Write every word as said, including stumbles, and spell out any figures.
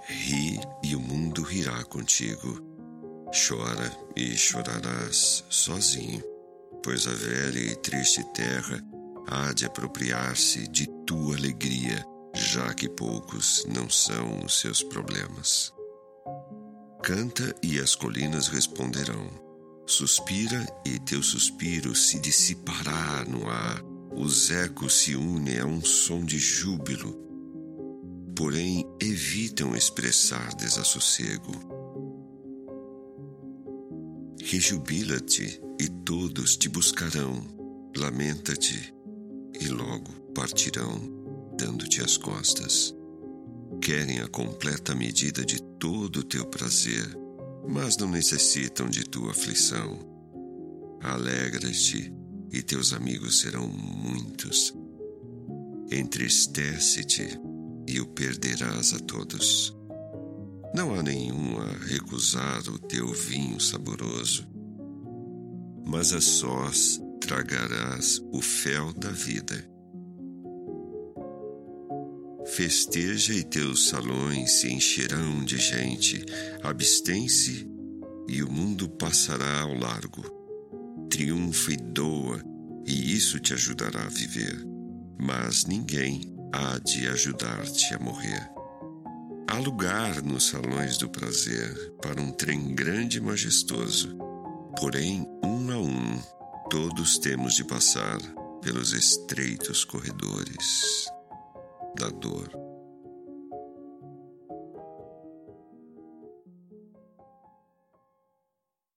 Ri e o mundo rirá contigo. Chora e chorarás sozinho, pois a velha e triste terra há de apropriar-se de tua alegria, já que poucos não são os seus problemas. Canta e as colinas responderão. Suspira e teu suspiro se dissipará no ar. Os ecos se unem a um som de júbilo, porém evitam expressar desassossego. Rejubila-te e todos te buscarão. Lamenta-te e logo partirão, dando-te as costas. Querem a completa medida de todo o teu prazer, mas não necessitam de tua aflição. Alegra-te e teus amigos serão muitos. Entristece-te e o perderás a todos. Não há nenhum a recusar o teu vinho saboroso, mas a sós tragarás o fel da vida. Festeja e teus salões se encherão de gente. Abstém-se e o mundo passará ao largo. Triunfa e doa, e isso te ajudará a viver. Mas ninguém há de ajudar-te a morrer. Há lugar nos salões do prazer para um trem grande e majestoso. Porém, um a um, todos temos de passar pelos estreitos corredores da dor.